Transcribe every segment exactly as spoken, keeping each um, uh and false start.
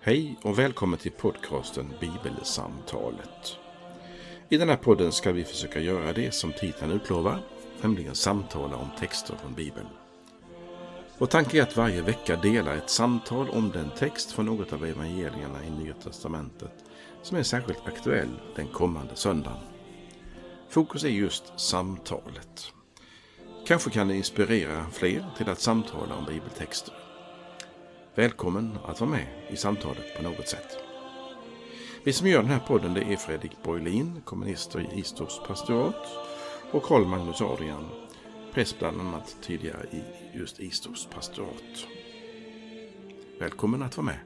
Hej och välkommen till podcasten Bibelsamtalet. I den här podden ska vi försöka göra det som titeln utlovar, nämligen samtala om texter från Bibeln. Och tanken är att varje vecka dela ett samtal om den text från något av evangelierna i Nya testamentet som är särskilt aktuell den kommande söndagen. Fokus är just samtalet. Kanske kan det inspirera fler till att samtala om bibeltexter. Välkommen att vara med i samtalet på något sätt. Vi som gör den här podden det är Fredrik Borglin, komminister i Istorps pastorat, och Carl Magnus Adrian, präst bland annat tidigare i just Istorps pastorat. Välkommen att vara med.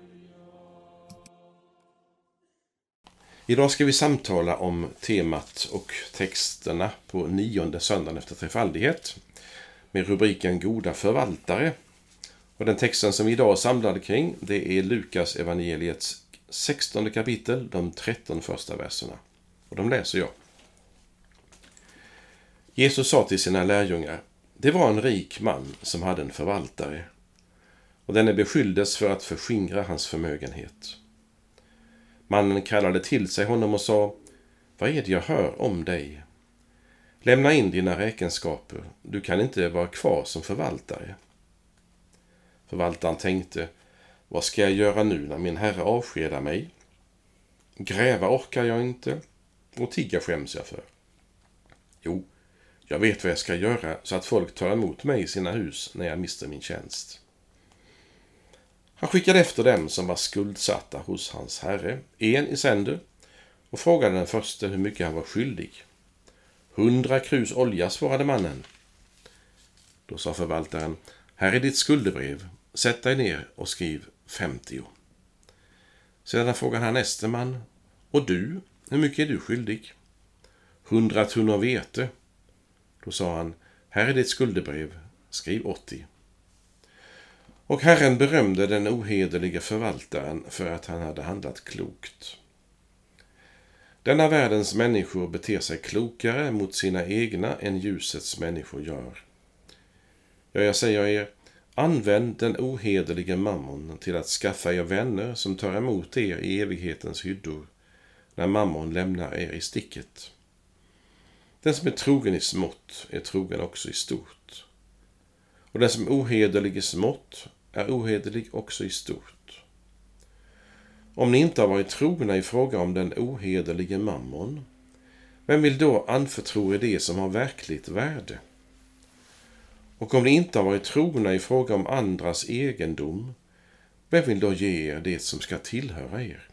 Idag ska vi samtala om temat och texterna på nionde söndagen efter trefaldighet med rubriken Goda förvaltare. Och den texten som vi idag samlade kring, det är Lukas evangeliets sextonde kapitel, de tretton första verserna. Och de läser jag. Jesus sa till sina lärjungar: det var en rik man som hade en förvaltare, och denne beskylldes för att förskingra hans förmögenhet. Mannen kallade till sig honom och sa: vad är det jag hör om dig? Lämna in dina räkenskaper, du kan inte vara kvar som förvaltare. Förvaltaren tänkte: vad ska jag göra nu när min herre avskedar mig? Gräva orkar jag inte, och tigga skäms jag för. Jo, jag vet vad jag ska göra så att folk tar emot mig i sina hus när jag mister min tjänst. Han skickade efter dem som var skuldsatta hos hans herre, en i sänder, och frågade den första hur mycket han var skyldig. Hundra krus olja, svarade mannen. Då sa förvaltaren: här är ditt skuldebrev, sätt dig ner och skriv femtio. Sedan frågade han nästa man: och du, hur mycket är du skyldig? Hundra tunnor vete. Då sa han: här är ditt skuldebrev, skriv åttio. Och Herren berömde den ohederliga förvaltaren för att han hade handlat klokt. Denna världens människor beter sig klokare mot sina egna än ljusets människor gör. Ja, jag säger er, använd den ohederliga mammon till att skaffa er vänner som tar emot er i evighetens hyddor, när mammon lämnar er i sticket. Den som är trogen i smått är trogen också i stort. Och den som är ohederlig i smått är ohederlig också i stort. Om ni inte har varit trogna i fråga om den ohederliga mammon, vem vill då anförtro er det som har verkligt värde? Och om ni inte har varit trogna i fråga om andras egendom, vem vill då ge er det som ska tillhöra er?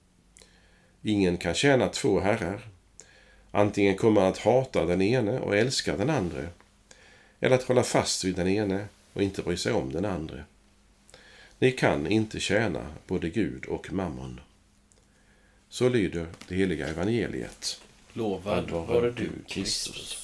Ingen kan tjäna två herrar. Antingen kommer han att hata den ene och älska den andra, eller att hålla fast vid den ene och inte bry sig om den andra. Ni kan inte tjäna både Gud och mammon. Så lyder det heliga evangeliet. Lovad vare du, Kristus.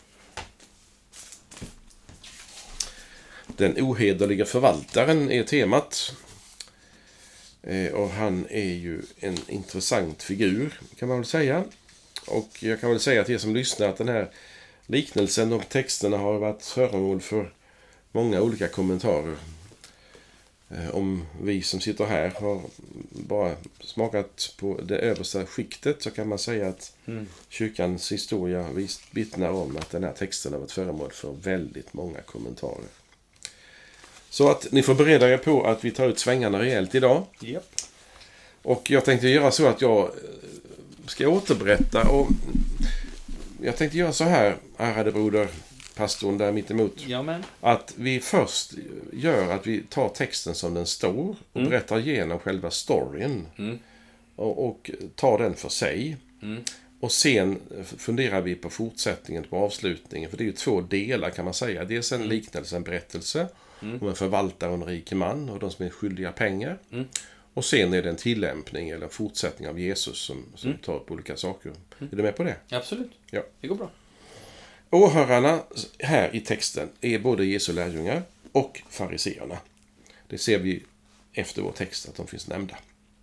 Den ohederliga förvaltaren är temat. Och han är ju en intressant figur, kan man väl säga. Och jag kan väl säga till er som lyssnar att den här liknelsen och texterna har varit föremål för många olika kommentarer. Om vi som sitter här har bara smakat på det översta skiktet, så kan man säga att mm. kyrkans historia vittnar om att den här texten har varit föremål för väldigt många kommentarer. Så att ni får bereda er på att vi tar ut svängarna rejält idag. Yep. Och jag tänkte göra så att jag ska återberätta. Och jag tänkte göra så här, ärade broder, pastorn där mitt emot. Jamen. Att vi först gör att vi tar texten som den står och mm. berättar igenom själva storyn. Mm. Och, och tar den för sig. Mm. Och sen funderar vi på fortsättningen, på avslutningen. För det är ju två delar, kan man säga. Dels en liknelse, en berättelse. Mm. Om en förvaltare och en rik man och de som är skyldiga pengar. Mm. Och sen är det en tillämpning eller en fortsättning av Jesus som, som mm. tar upp olika saker. Mm. Är du med på det? Absolut, ja. Det går bra. Åhörarna här i texten är både Jesu lärjungar och fariseerna. Det ser vi efter vår text att de finns nämnda.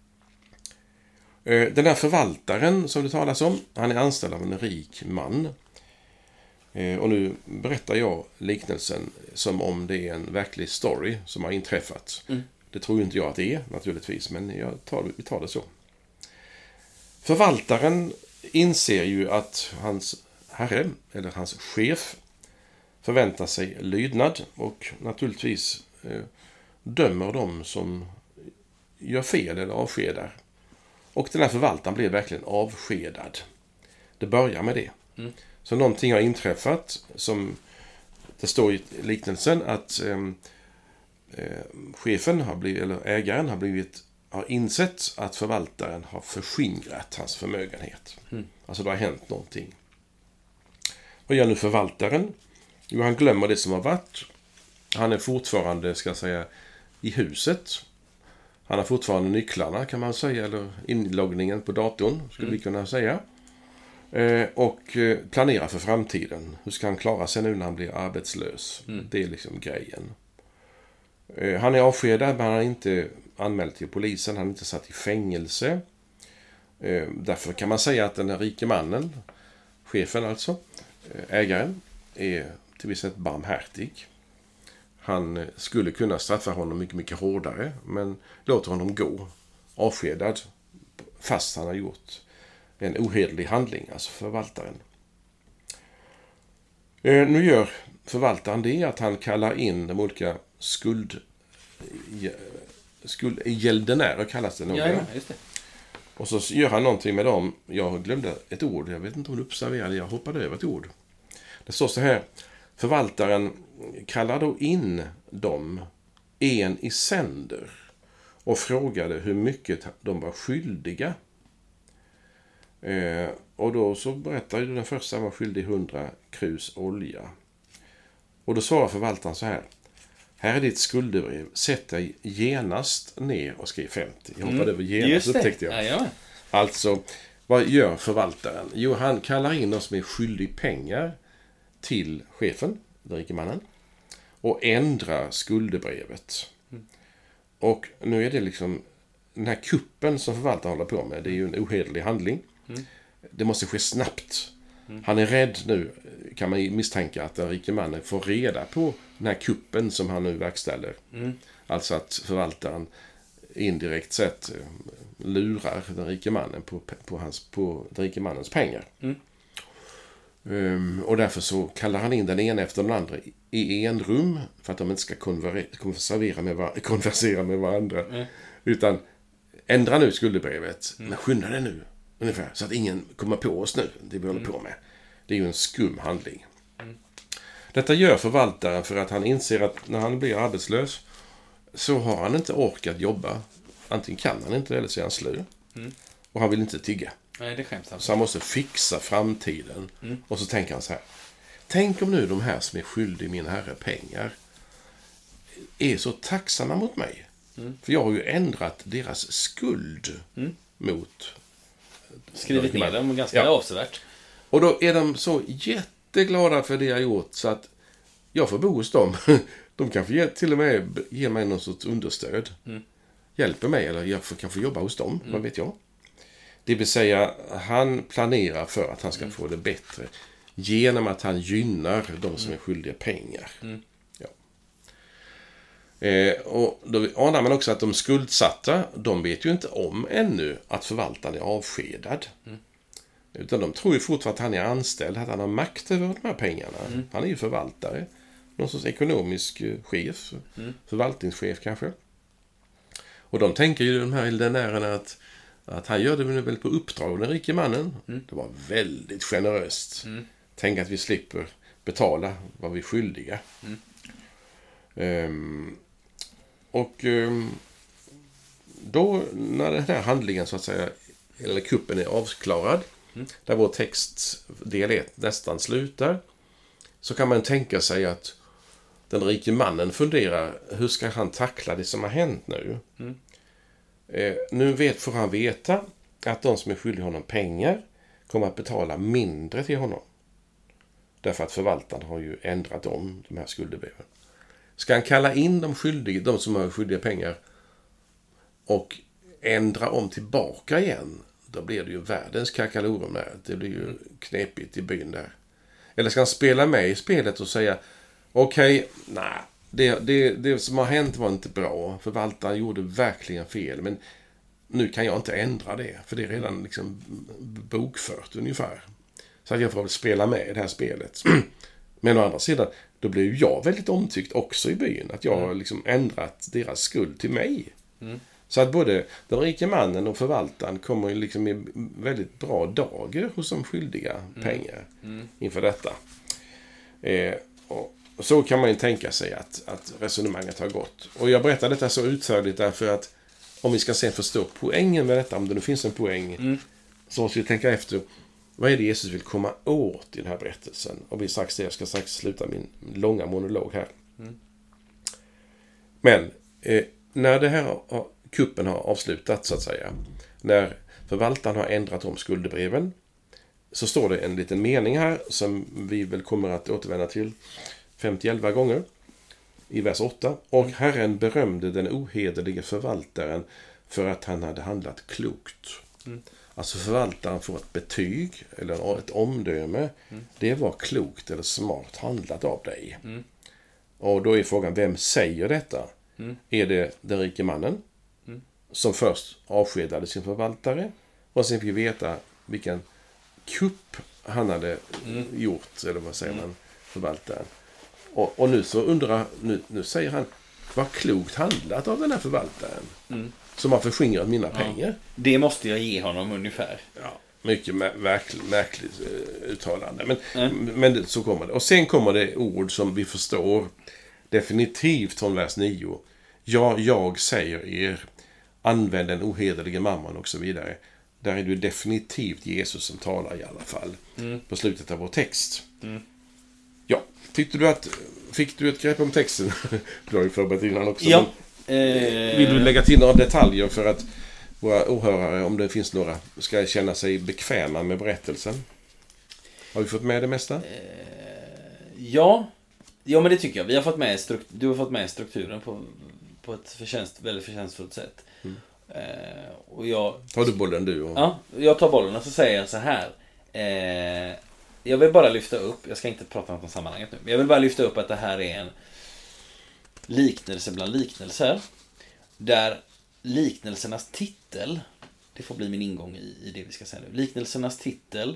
Den här förvaltaren som det talas om, han är anställd av en rik man. Och nu berättar jag liknelsen som om det är en verklig story som har inträffat. Mm. Det tror ju inte jag att det är naturligtvis, men jag tar, vi tar det så. Förvaltaren inser ju att hans herre, eller hans chef, förväntar sig lydnad och naturligtvis eh, dömer dem som gör fel eller avskedar. Och den här förvaltaren blir verkligen avskedad. Det börjar med det. Mm. Så någonting har inträffat som det står i liknelsen att eh, eh, chefen har blivit, eller ägaren har blivit har insett att förvaltaren har förskingrat hans förmögenhet. Mm. Alltså det har hänt någonting. Vad gör nu förvaltaren? Jo, han glömmer det som har varit. Han är fortfarande, ska jag säga, i huset. Han har fortfarande nycklarna, kan man säga, eller inloggningen på datorn, skulle mm. vi kunna säga. Eh, och eh, planerar för framtiden. Hur ska han klara sig nu när han blir arbetslös? Mm. Det är liksom grejen. Eh, han är avskedad, men han har inte anmält till polisen. Han är inte satt i fängelse. Eh, därför kan man säga att den här rike mannen, chefen alltså, ägaren, är till viss sätt barmhärtig. Han skulle kunna straffa honom mycket, mycket hårdare, men låter honom gå avskedad fast han har gjort en ohederlig handling, alltså förvaltaren. Eh, nu gör förvaltaren det att han kallar in de olika skuld, skuld gäldenärer kallas det nog. Ja, ja, just det. Och så gör han någonting med dem. Jag glömde ett ord, jag vet inte om du observerade, jag hoppade över ett ord. Det står så här: förvaltaren kallar då in dem en i sänder och frågade hur mycket de var skyldiga. Eh, och då så berättar ju den första var skyldig hundra krus olja. Och då svarar förvaltaren så här: här är ditt skuldebrev, sätt dig genast ner och skriv femtio. Jag hoppade mm, över genast, upptäckte jag. Ja, ja. Alltså, vad gör förvaltaren? Jo, han kallar in oss med skyldig pengar till chefen, den rike mannen, och ändrar skuldebrevet. Mm. Och nu är det liksom den här kuppen som förvaltaren håller på med, det är ju en ohederlig handling. Mm. Det måste ske snabbt. Mm. Han är rädd nu, kan man misstänka, att den rike mannen får reda på den här kuppen som han nu verkställer. Mm. Alltså att förvaltaren indirekt sett lurar den rike mannen på, på, hans, på den rike mannens pengar. Mm. Um, och därför så kallar han in den ena efter den andra i en rum för att de inte ska konver- konversera, med var- konversera med varandra. Mm. Utan ändra nu skuldebrevet. Mm. Men skynda det nu. Ungefär, så att ingen kommer på oss nu. Det vi håller mm. på med. Det är ju en skum handling. Mm. Detta gör förvaltaren för att han inser att när han blir arbetslös så har han inte orkat jobba. Antingen kan han inte eller så är han slö. Mm. Och han vill inte tigga. Nej, det skäms han. Så han måste fixa framtiden. Mm. Och så tänker han så här: tänk om nu de här som är skyldig min herre pengar är så tacksamma mot mig. Mm. För jag har ju ändrat deras skuld mm. mot... Skrivit ner dem ganska ja. avsevärt. Och då är de så jätteglada för det jag gjort så att jag får bo hos dem. De kan få ge, till och med ge mig någon sorts understöd. Mm. Hjälper mig, eller jag får, kan få jobba hos dem, mm. vad vet jag. Det vill säga, han planerar för att han ska mm. få det bättre genom att han gynnar de som är skyldiga pengar. Mm. Ja. Eh, och då anar man också att de skuldsatta, de vet ju inte om ännu att förvaltaren är avskedad. Mm. Utan de tror ju fortfarande att han är anställd, att han har makt över de här pengarna. Mm. Han är ju förvaltare, någon sorts ekonomisk chef, mm. förvaltningschef kanske. Och de tänker ju, de här gäldenärerna, att, att han gör det väl på uppdrag av den rike mannen. Mm. Det var väldigt generöst. Mm. Tänk att vi slipper betala vad vi är skyldiga. Mm. Um, och um, då när den här handlingen så att säga, eller kuppen är avklarad, mm. där vår textdel ett nästan slutar, så kan man tänka sig att den rike mannen funderar, hur ska han tackla det som har hänt nu? Mm. Eh, nu vet, får han veta att de som är skyldiga honom pengar kommer att betala mindre till honom. Därför att förvaltaren har ju ändrat om de här skuldebreven. Ska han kalla in de skyldiga, de som har skyldiga pengar, och ändra om tillbaka igen, då blir det ju världens kakalorum där. Det blir ju knepigt i byn där. Eller ska han spela med i spelet och säga, okej, okay, nej, det, det, det som har hänt var inte bra. Förvaltaren gjorde verkligen fel. Men nu kan jag inte ändra det. För det är redan liksom bokfört ungefär. Så att jag får väl spela med i det här spelet. Men å andra sidan, då blir ju jag väldigt omtyckt också i byn. Att jag har liksom ändrat deras skuld till mig. Mm. Så att både den rike mannen och förvaltaren kommer ju liksom i väldigt bra dagar hos de skyldiga mm. pengar mm. inför detta. Eh, och så kan man ju tänka sig att, att resonemanget har gått. Och jag berättar detta så utförligt därför att om vi ska sen förstå poängen med detta, om det nu finns en poäng, mm. så måste vi tänka efter, vad är det Jesus vill komma åt i den här berättelsen? Och vi strax det, jag ska strax sluta min långa monolog här. Mm. Men eh, när det här har, kuppen har avslutats så att säga, när förvaltaren har ändrat om skuldebreven, så står det en liten mening här som vi väl kommer att återvända till femtioelva gånger i vers åtta. Och Herren berömde den ohederliga förvaltaren för att han hade handlat klokt. Mm. Alltså förvaltaren får ett betyg eller ett omdöme. Mm. Det var klokt eller smart handlat av dig. Mm. Och då är frågan, vem säger detta? Mm. Är det den rike mannen mm. som först avskedade sin förvaltare och sen fick vi veta vilken kupp han hade mm. gjort, eller vad säger mm. man, förvaltaren. Och, och nu så undrar, nu, nu säger han, vad klokt handlat av den här förvaltaren mm. som har förskingrat mina ja. pengar. Det måste jag ge honom ungefär. Ja, mycket märkligt, märkligt uttalande. Men, mm. men så kommer det. Och sen kommer det ord som vi förstår definitivt från vers nio. Ja, jag säger er, använd den ohederliga mamman och så vidare. Där är det definitivt Jesus som talar i alla fall. Mm. På slutet av vår text. Mm. Ja, tyckte du att, fick du ett grepp om texten? Du har ju förberett innan också. Ja. Eh... Vill du lägga till några detaljer för att våra åhörare, om det finns några, ska känna sig bekväma med berättelsen? Har vi fått med det mesta? Eh... Ja. Ja, men det tycker jag. Vi har fått med strukt- du har fått med strukturen på, på ett förtjänst, väldigt förtjänstfullt sätt. Mm. Eh, och jag, tar du bollen du? Och... Ja, jag tar bollen och så säger jag så här. Eh, jag vill bara lyfta upp, jag ska inte prata om sammanhanget nu, men jag vill bara lyfta upp att det här är en liknelse bland liknelser. Där liknelsernas titel, det får bli min ingång i, i det vi ska säga nu. Liknelsernas titel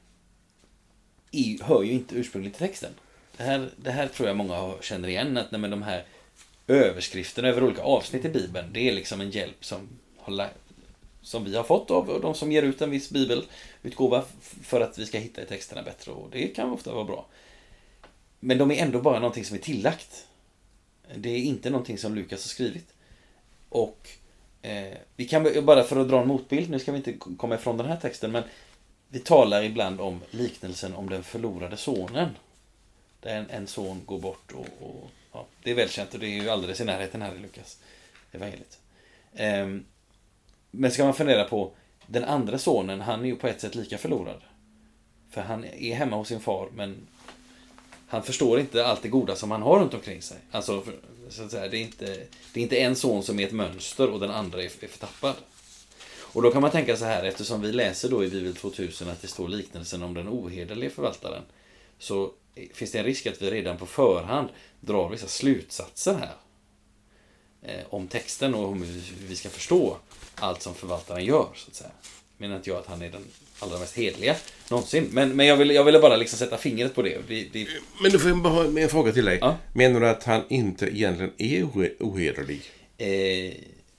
i, hör ju inte ursprungligen till texten. Det här, det här tror jag många känner igen, att med de här överskrifterna över olika avsnitt i Bibeln, det är liksom en hjälp som, har, som vi har fått av de som ger ut en viss bibelutgåva för att vi ska hitta i texterna bättre, och det kan ofta vara bra. Men de är ändå bara någonting som är tillagt. Det är inte någonting som Lukas har skrivit. Och eh, vi kan bara, för att dra en motbild, nu ska vi inte komma ifrån den här texten, men vi talar ibland om liknelsen om den förlorade sonen. Där en, en son går bort och, och ja, det är välkänt, och det är ju alldeles i närheten här i Lukas evangeliet. Um, men ska man fundera på den andra sonen, han är ju på ett sätt lika förlorad. För han är hemma hos sin far, men han förstår inte allt det goda som han har runt omkring sig. Alltså, för, så att säga, det är inte, det är inte en son som är ett mönster och den andra är, är förtappad. Och då kan man tänka så här, eftersom vi läser då i Bibel tvåtusen att det står liknelsen om den ohederliga förvaltaren, så finns det en risk att vi redan på förhand drar vissa slutsatser här eh, om texten och hur vi ska förstå allt som förvaltaren gör, så att säga. Menar inte jag att han är den allra mest hedliga någonsin, men, men jag ville jag ville bara liksom sätta fingret på det. det, det... Men då får jag bara ha en fråga till dig. Ja? Menar du att han inte egentligen är ohederlig? Eh,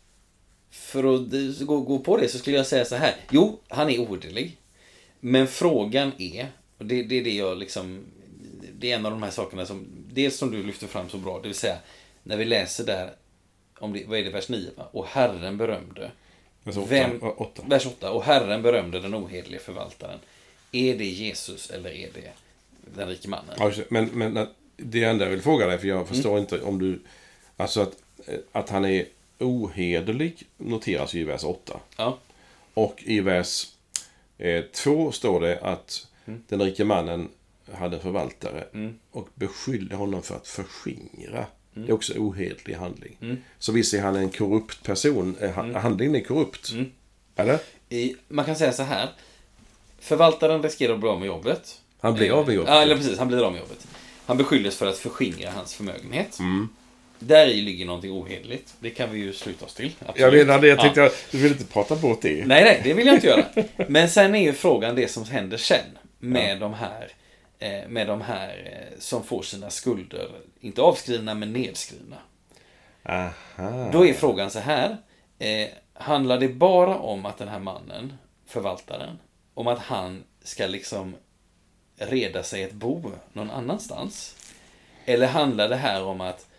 för att gå, gå på det så skulle jag säga så här. Jo, han är ohederlig. Men frågan är, och det, det är det jag liksom, det är en av de här sakerna som, dels som du lyfter fram så bra, det vill säga när vi läser där om det, vad är det, vers nio, va? Och Herren berömde vers åtta, vem, åtta. vers åtta, och Herren berömde den ohederliga förvaltaren. Är det Jesus eller är det den rike mannen? Ja, men, men det enda jag vill fråga dig, för jag förstår mm. inte om du, alltså att, att han är ohederlig noteras ju i vers åtta. Ja. Och i vers eh, två står det att mm. den rike mannen hade förvaltare mm. och beskyllde honom för att förskingra. Mm. Det är också ohederlig handling. Mm. Så visst är han en korrupt person. Mm. Handlingen är korrupt. Mm. Eller? I, man kan säga så här. Förvaltaren riskerar att bli av med jobbet. Han blir av med jobbet. Ja, eller precis. Han blir av med jobbet. Han beskylldes för att förskingra hans förmögenhet. Mm. där i ligger någonting ohederligt. Det kan vi ju sluta oss till. Absolut. Jag menar det, jag tänkte Ja. jag, du vill inte prata bort det. Nej, nej, det vill jag inte göra. Men sen är ju frågan det som händer sen med ja. de här eh, med de här eh, som får sina skulder inte avskrivna men nedskrivna. Aha. Då är frågan så här. Eh, handlar det bara om att den här mannen, förvaltaren, om att han ska liksom reda sig ett bo någon annanstans? Eller handlar det här om att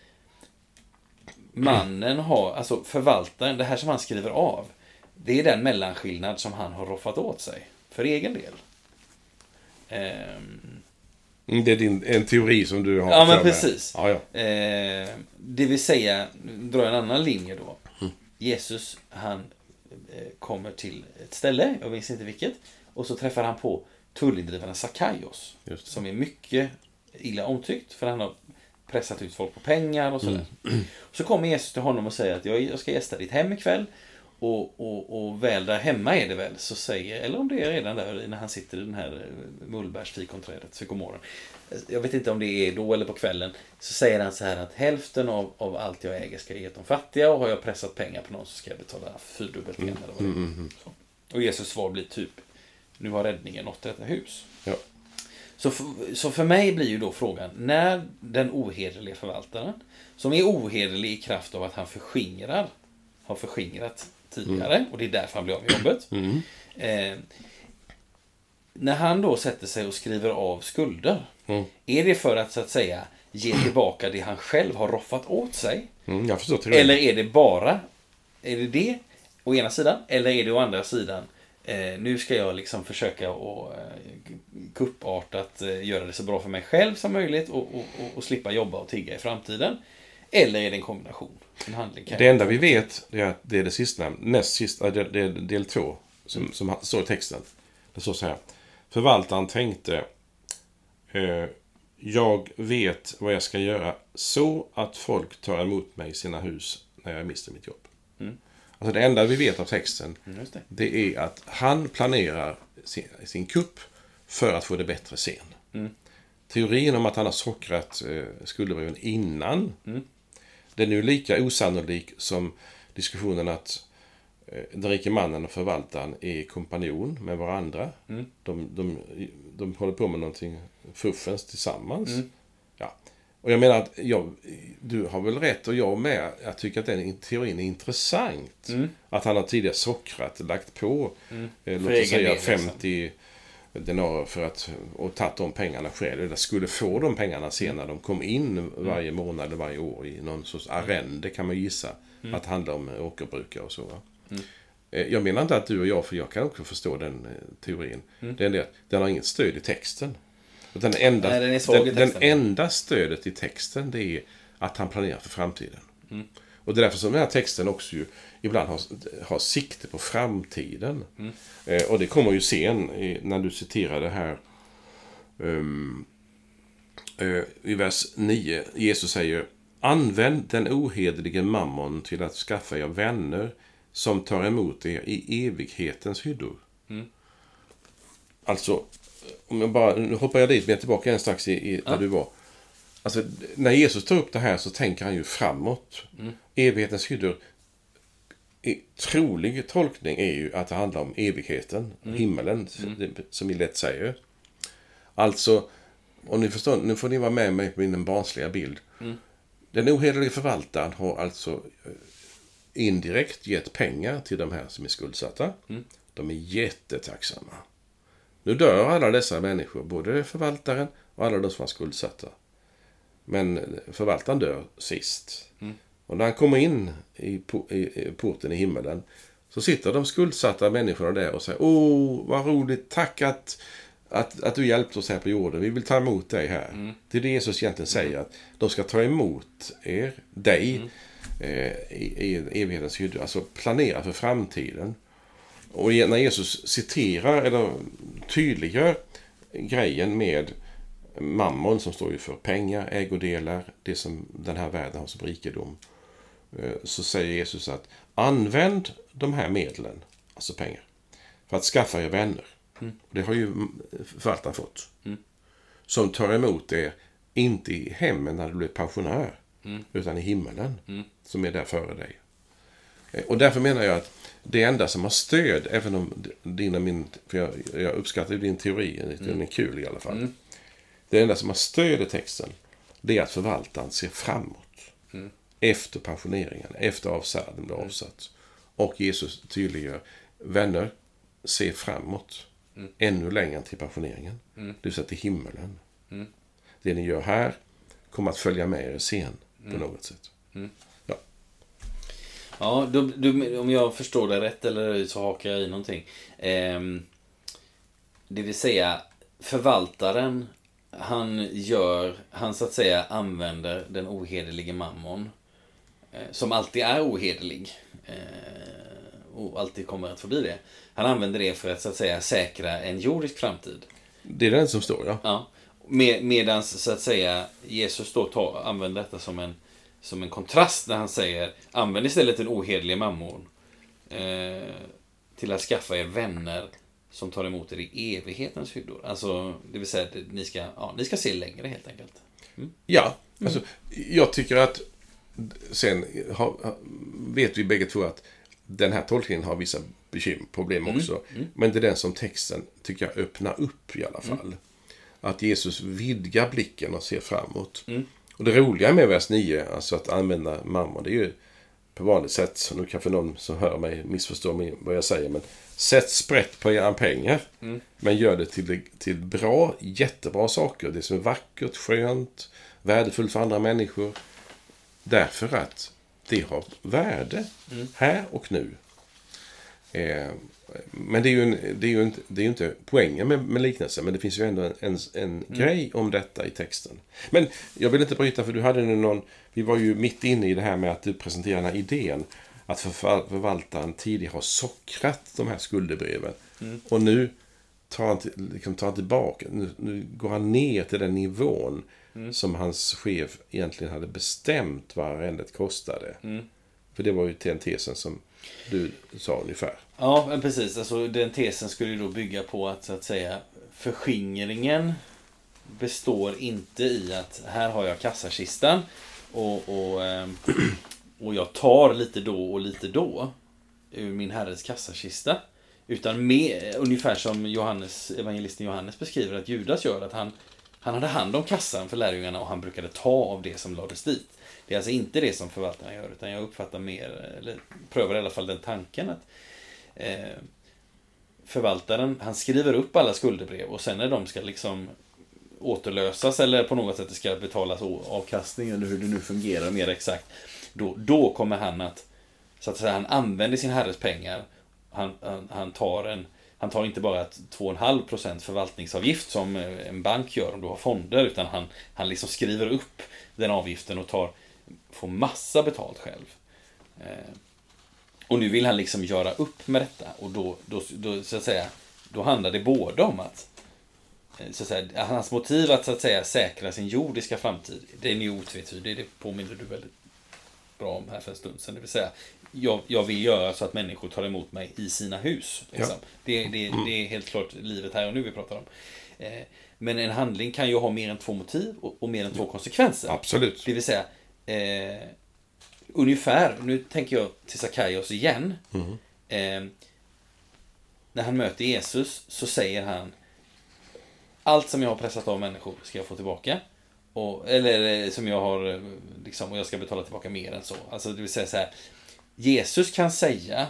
mannen har, alltså förvaltaren, det här som han skriver av, det är den mellanskillnad som han har roffat åt sig för egen del. Um, det är din, en teori som du har. Ja, men precis. Ja, ja. Uh, det vill säga, dra en annan linje då. Mm. Jesus, han uh, kommer till ett ställe, jag minns inte vilket, och så träffar han på tullindrivarna Sackaios, som är mycket illa omtyckt för han har pressat ut folk på pengar och sådär. Mm. Så kommer Jesus till honom och säger att jag, jag ska gästa ditt hem ikväll. Och, och, och väl där hemma är det väl, så säger, eller om det är redan där när han sitter i den här mullbärsfikonträdet, psykomoren. Jag vet inte om det är då eller på kvällen. Så säger han så här att hälften av, av allt jag äger ska jag ge till de fattiga, och har jag pressat pengar på någon så ska jag betala fyrdubbelt igen. Eller vad det är. Mm, mm, mm. Och Jesus svar blir typ, nu har räddningen nått detta hus. Ja. Så för, så för mig blir ju då frågan, när den ohederliga förvaltaren, som är ohederlig i kraft av att han förskingrar, har förskingrat tidigare, mm. och det är därför han blir av med jobbet. Mm. Eh, när han då sätter sig och skriver av skulder, mm. är det för att så att säga ge tillbaka det han själv har roffat åt sig? Mm, jag förstår. Eller är det bara, är det det å ena sidan, eller är det å andra sidan, Eh, nu ska jag liksom försöka att eh, kuppartat eh, göra det så bra för mig själv som möjligt och, och, och, och slippa jobba och tigga i framtiden. Eller är det en kombination? En handling kan det enda vi vet är att det är det sista, näst sista, det, det är del två som, mm. som står i texten. Det står så här. Förvaltaren tänkte eh, jag vet vad jag ska göra så att folk tar emot mig i sina hus när jag mister mitt jobb. Mm. Alltså det enda vi vet av texten, mm, det. det är att han planerar sin, sin kupp för att få det bättre sen. Mm. Teorin om att han har sockrat eh, skuldebreven innan, mm. den är ju lika osannolik som diskussionen att eh, den rike mannen och förvaltaren är kompanjon med varandra. Mm. De, de, de håller på med någonting fuffens tillsammans. Mm. Ja. Och jag menar att jag, du har väl rätt och jag med. Jag tycker att den teorin är intressant. Mm. Att han har tidigare sockrat, lagt på mm. eh, låt oss säga femtio denarer för att, och tagit de pengarna själv. Eller skulle få de pengarna sen när de kom in varje månad eller varje år i någon sorts arrende, kan man gissa. Mm. Att handla om åkerbrukare och så. Mm. Eh, jag menar inte att du och jag, för jag kan också förstå den eh, teorin. Mm. Det är det, den har inget stöd i texten. Den enda, Nej, den, är svag den, den enda stödet i texten, det är att han planerar för framtiden. Mm. Och det är därför som den här texten också ju ibland har, har sikte på framtiden. Mm. Eh, och det kommer ju sen i, när du citerar det här um, uh, i vers nio. Jesus säger: använd den ohederlige mammon till att skaffa er vänner som tar emot er i evighetens hyddor. Mm. Alltså, om jag bara, nu hoppar jag dit, men jag är tillbaka en strax i, i där ja. du var. Alltså, när Jesus tar upp det här så tänker han ju framåt. Mm. Evighetens hyddor. I trolig tolkning är ju att det handlar om evigheten, mm. himmelen, mm. som vi lätt säger. Alltså, om ni förstår, nu får ni vara med mig på min barnsliga bild. Mm. Den ohederliga förvaltaren har alltså indirekt gett pengar till de här som är skuldsatta. Mm. De är jättetacksamma. Nu dör alla dessa människor, både förvaltaren och alla de som var skuldsatta. Men förvaltaren dör sist. Mm. Och när han kommer in i, i porten i himmelen så sitter de skuldsatta människorna där och säger: åh, vad roligt, tack att, att, att du hjälpte oss här på jorden. Vi vill ta emot dig här. Mm. Det är det Jesus egentligen säger, att de ska ta emot er, dig, mm. eh, i, i evighetens hyddor. Alltså planera för framtiden. Och när Jesus citerar eller tydliggör grejen med mammon, som står ju för pengar, ägodelar, det som den här världen har som rikedom, så säger Jesus att använd de här medlen, alltså pengar, för att skaffa er vänner. Mm. Det har ju förvaltaren fått. Mm. Som tar emot er, inte i hemmen när du blir pensionär, Mm. Utan i himmelen. Mm. Som är där före dig. Och därför menar jag att det enda som har stöd, även om din och min, för jag, jag uppskattar din teori, mm. den är kul i alla fall. Mm. Det enda som har stöd i texten, det är att förvaltaren ser framåt. Mm. Efter pensioneringen, efter avsäden blir avsatt. Och Jesus tydliggör, vänner, se framåt. Mm. Ännu längre till pensioneringen. Mm. Det vill säga till himmelen. Mm. Det ni gör här kommer att följa med er sen mm. på något sätt. Mm. Ja, ja du, du, om jag förstår det rätt eller så hakar jag i någonting. Ehm, det vill säga, förvaltaren, han gör, han så att säga använder den ohederlige mammon, eh, som alltid är ohederlig. Eh, och alltid kommer att förbli det. Han använder det för att så att säga säkra en jordisk framtid. Det är den som står, ja. Ja. Med, medans så att säga Jesus då tar, använder detta som en, som en kontrast när han säger, använd istället en ohederlig mammon eh, till att skaffa er vänner som tar emot er i evighetens hyddor. Alltså, det vill säga att ni ska, ja, ni ska se längre helt enkelt. Mm. Ja, alltså, jag tycker att sen har, vet vi bägge två att den här tolkningen har vissa bekymmer, problem också. Mm. Mm. Men det är den som texten tycker jag öppnar upp i alla fall. Mm. Att Jesus vidgar blicken och ser framåt. Mm. Och det roliga med vers nio, alltså att använda mammon, det är ju på vanligt sätt, så nu kanske någon som hör mig missförstår mig vad jag säger, men sätt sprätt på era pengar, mm. men gör det till, till bra, jättebra saker. Det som är vackert, skönt, värdefullt för andra människor. Därför att det har värde mm. här och nu. Eh, men det är ju, en, det är ju inte, det är ju inte poängen med, med liknelsen, men det finns ju ändå en, en, en mm. grej om detta i texten. Men jag vill inte bryta, för du hade nu någon, vi var ju mitt inne i det här med att du presenterade den här idén att förvaltaren tidigare har sockrat de här skuldebreven. Mm. Och nu tar han, liksom, tar han tillbaka, nu, nu går han ner till den nivån mm. som hans chef egentligen hade bestämt vad arrendet kostade. Mm. För det var ju den tesen som du sa ungefär. Ja, men precis. Alltså, den tesen skulle ju då bygga på att, så att säga, förskingringen består inte i att här har jag kassakistan och, och, och jag tar lite då och lite då ur min herres kassakista. Utan med, ungefär som Johannes, evangelisten Johannes beskriver att Judas gör, att han, han hade hand om kassan för lärjungarna och han brukade ta av det som lades dit. Det är alltså inte det som förvaltarna gör, utan jag uppfattar mer, eller prövar i alla fall den tanken att eh, förvaltaren, han skriver upp alla skuldebrev och sen när de ska liksom återlösas eller på något sätt ska betalas avkastning eller hur det nu fungerar mer exakt, då, då kommer han att, så att säga, han använder sin herres pengar, han, han, han tar en Han tar inte bara ett två komma fem procent förvaltningsavgift som en bank gör om du har fonder, utan han, han liksom skriver upp den avgiften och tar, får massa betalt själv. Eh, och nu vill han liksom göra upp med detta, och då, då, då, så att säga, då handlar det både om att, så att säga, hans motiv att, så att säga, säkra sin jordiska framtid, det är ju otvetydigt, det påminner du väldigt bra om här för en stund sedan, det vill säga Jag, jag vill göra så att människor tar emot mig i sina hus. Liksom. Ja. Det, det, det är helt klart livet här och nu vi pratar om. Eh, men en handling kan ju ha mer än två motiv och, och mer än två konsekvenser. Absolut. Det vill säga, eh, ungefär, nu tänker jag till Sackaios igen. Mm. Eh, när han möter Jesus så säger han, allt som jag har pressat av människor ska jag få tillbaka. Och, eller som jag har, liksom, och jag ska betala tillbaka mer än så. Alltså det vill säga så här, Jesus kan säga,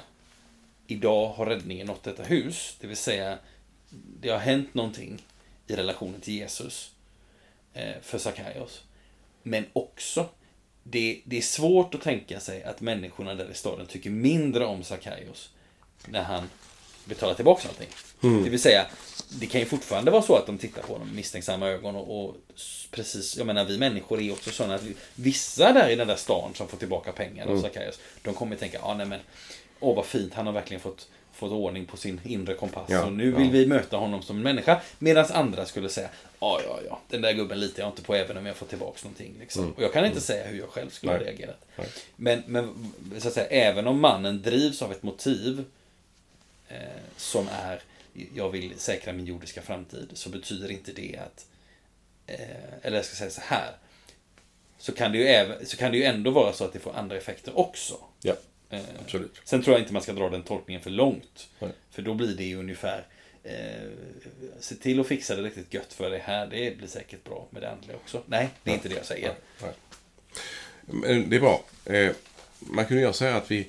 idag har räddningen nått detta hus. Det vill säga, det har hänt någonting i relationen till Jesus eh, för Sackaios. Men också, det, det är svårt att tänka sig att människorna där i staden tycker mindre om Sackaios när han betalar tillbaka någonting. Mm. Det vill säga, det kan ju fortfarande vara så att de tittar på honom med misstänksamma ögon och, och precis, jag menar, vi människor är också sådana att vi, vissa där i den där stan som får tillbaka pengar av mm. Sackaios, de kommer att tänka, ja ah, nej men, åh vad fint, han har verkligen fått, fått ordning på sin inre kompass, ja, och nu vill ja. vi möta honom som en människa, medan andra skulle säga, ja ja ja, den där gubben litar jag inte på även om jag får tillbaka någonting liksom. Mm. Och jag kan inte mm. säga hur jag själv skulle ha reagerat. Nej. Men, men så att säga, även om mannen drivs av ett motiv eh, som är, jag vill säkra min jordiska framtid, så betyder inte det att, eh, eller jag ska säga så här, så kan det ju, även, så kan det ju ändå vara så att det får andra effekter också. Ja, eh, absolut. Sen tror jag inte man ska dra den tolkningen för långt. Nej. För då blir det ju ungefär eh, se till att fixa det riktigt gött för det här. Det blir säkert bra med det andliga också. Nej, det är inte det jag säger. Nej. Men det är bra. Eh, man kunde ju säga att vi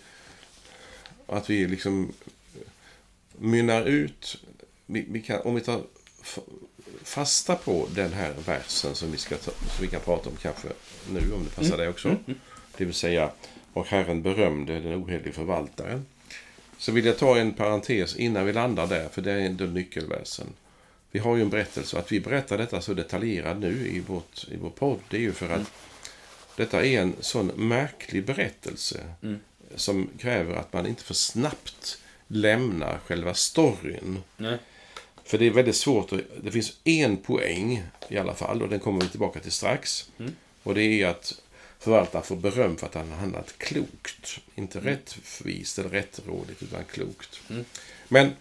att vi liksom mynnar ut vi, vi kan, om vi tar fasta på den här versen som vi ska ta, som vi kan prata om kanske nu om det passar mm. dig också. Mm. Mm. Det vill säga, och Herren berömde den oheliga förvaltaren. Så vill jag ta en parentes innan vi landar där, för det är ändå nyckelversen. Vi har ju en berättelse, att vi berättar detta så detaljerat nu i, vårt, i vår podd, det är ju för att mm. detta är en sån märklig berättelse mm. som kräver att man inte för snabbt lämnar själva storyn. Nej. För det är väldigt svårt. Det finns en poäng i alla fall, och den kommer vi tillbaka till strax. Mm. Och det är att förvaltaren får beröm för att han har handlat klokt. Inte mm. rättvist eller rättrådigt, utan klokt. Mm. Men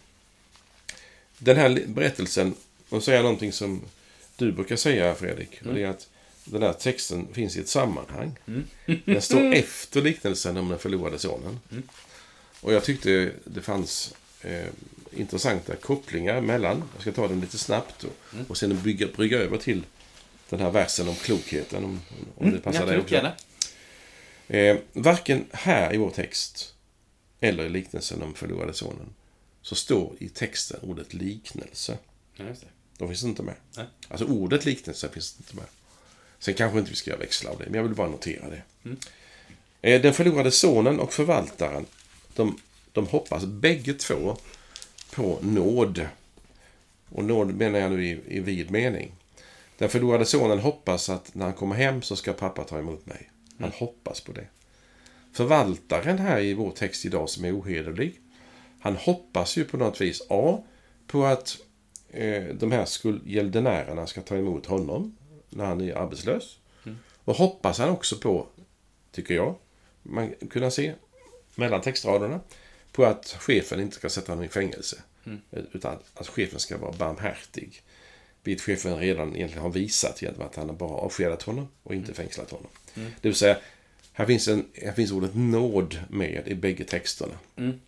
den här berättelsen, och säga någonting som du brukar säga, Fredrik, mm. och det är att den här texten finns i ett sammanhang. Mm. Den står efter liknelsen om den förlorade sonen. Mm. Och jag tyckte det fanns eh, intressanta kopplingar mellan, jag ska ta den lite snabbt och, mm. och sen bygga, brygga över till den här versen om klokheten, om, om mm. det passar dig också. Eh, varken här i vår text eller i liknelsen om förlorade sonen så står i texten ordet liknelse. Ja, just det. De finns inte med. Nej. Alltså ordet liknelse finns inte med. Sen kanske inte vi ska växla av det, men jag vill bara notera det. Mm. Eh, den förlorade sonen och förvaltaren, de, de hoppas bägge två på nåd. Och nåd menar jag nu i, i vid mening. Den förlorade sonen hoppas att när han kommer hem så ska pappa ta emot mig. Han mm. hoppas på det. Förvaltaren här i vår text idag som är ohederlig, han hoppas ju på något vis A, på att eh, de här skuldgäldenärerna ska ta emot honom när han är arbetslös. Mm. Och hoppas han också på, tycker jag, man kunna se mellan textraderna, på att chefen inte ska sätta honom i fängelse. Mm. Utan att chefen ska vara barmhärtig. Vid chefen redan egentligen har visat genom att han har bara avskedat honom och inte mm. fängslat honom. Mm. Det vill säga, här finns, en, här finns ordet nåd med i bägge texterna. Mm.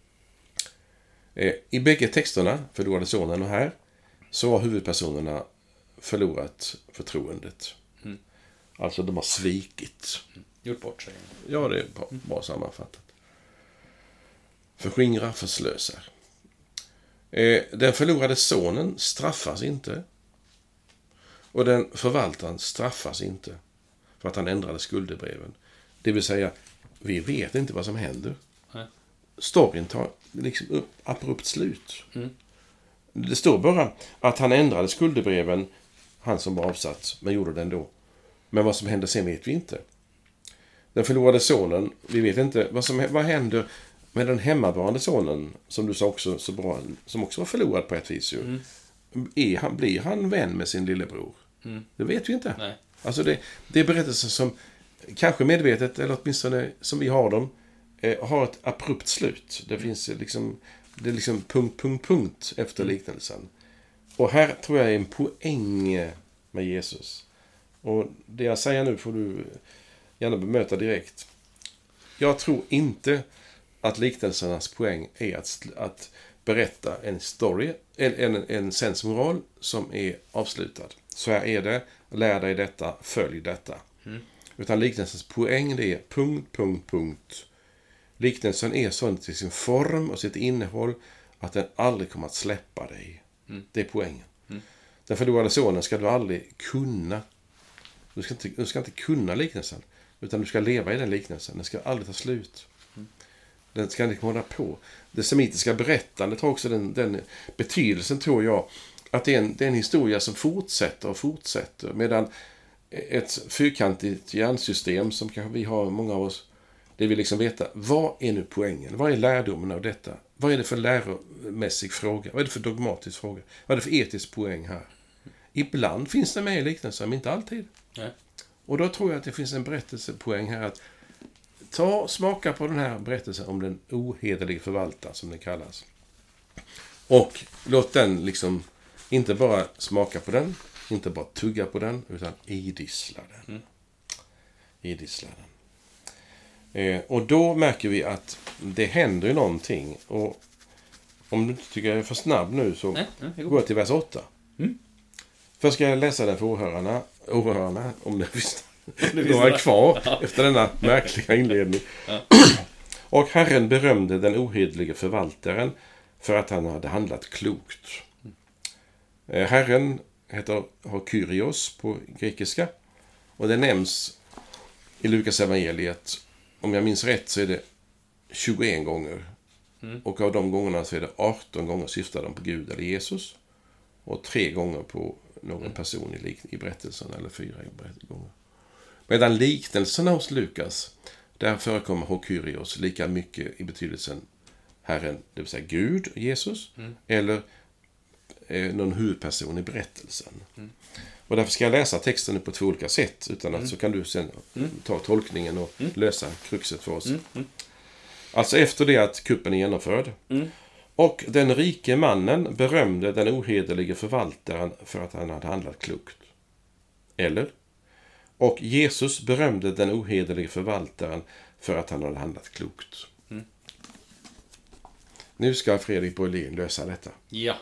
Eh, I bägge texterna, förlorade sonen och här, så har huvudpersonerna förlorat förtroendet. Mm. Alltså de har svikit. Mm. Gjort bort sig. Ja, det är bra, bra sammanfattat. Förskingrar, förslösar. Eh, den förlorade sonen straffas inte. Och den förvaltaren straffas inte för att han ändrade skuldebreven. Det vill säga, vi vet inte vad som händer. Nej. Storyn tar liksom upp, abrupt slut. Mm. Det står bara att han ändrade skuldebreven, han som var avsatt, men gjorde det ändå. Men vad som hände sen vet vi inte. Den förlorade sonen, vi vet inte vad som vad händer med den hemmavarande sonen, som du sa också så bra, som också var förlorad på ett vis ju. Mm. Är han, blir han vän med sin lillebror? Mm. Det vet vi inte. Nej. Alltså det, det är berättelser som kanske medvetet, eller åtminstone som vi har dem, eh, har ett abrupt slut. Det finns liksom, det är liksom punkt, punkt, punkt efter liknelsen. Och här tror jag är en poäng med Jesus. Och det jag säger nu får du gärna bemöta direkt. Jag tror inte att liknelsernas poäng är att, att berätta en story, en, en, en sensmoral som är avslutad. Så här är det, lär dig detta, följ detta. Mm. Utan liknelsens poäng det är punkt, punkt, punkt. Liknelsen är sån till sin form och sitt innehåll att den aldrig kommer att släppa dig. Mm. Det är poängen. Mm. Den förlorade sonen ska du aldrig kunna. Du ska, inte, du ska inte kunna liknelsen, utan du ska leva i den liknelsen. Den ska aldrig ta slut. Mm. Den ska inte hålla på. Det semitiska berättandet har också den, den betydelsen, tror jag, att det är, en, det är en historia som fortsätter och fortsätter. Medan ett fyrkantigt hjärnsystem som kanske vi har, många av oss, det vill liksom veta, vad är nu poängen? Vad är lärdomen av detta? Vad är det för läromässig fråga? Vad är det för dogmatisk fråga? Vad är det för etisk poäng här? Ibland finns det med i liknelsen, men inte alltid. Nej. Och då tror jag att det finns en berättelsepoäng här att ta, smaka på den här berättelsen om den ohederliga förvaltaren som den kallas. Och låt den liksom inte bara smaka på den, inte bara tugga på den, utan idissla den. Mm. idisslar den. Eh, och då märker vi att det händer ju någonting. Och om du inte tycker jag är för snabb nu så Nej, nej, går jag till vers åtta. Mm. Först ska jag läsa den för åhörarna, åhörarna om det finns Det några kvar ja. efter denna märkliga inledning. Ja. Och Herren berömde den ohederlige förvaltaren för att han hade handlat klokt. Eh, Herren heter har Kyrios på grekiska. Och det nämns i Lukas evangeliet. Om jag minns rätt så är det tjugoen gånger. Mm. Och av de gångerna så är det arton gånger syftar de på Gud eller Jesus. Och tre gånger på någon Mm. person i, lik- i berättelsen. Eller fyra i gånger. Medan liknelserna hos Lukas, där förekommer Hokyrios lika mycket i betydelsen Herren, det vill säga Gud, Jesus, Mm. eller eh, någon huvudperson i berättelsen. Mm. Och därför ska jag läsa texten nu på två olika sätt, utan att Mm. så kan du sen Mm. ta tolkningen och Mm. lösa kruxet för oss. Mm. Mm. Alltså efter det att kuppen är genomförd. Mm. Och den rike mannen berömde den ohederlige förvaltaren för att han hade handlat klokt. Eller? Och Jesus berömde den ohederlige förvaltaren för att han hade handlat klokt. Mm. Nu ska Fredrik Borlén lösa detta. Ja.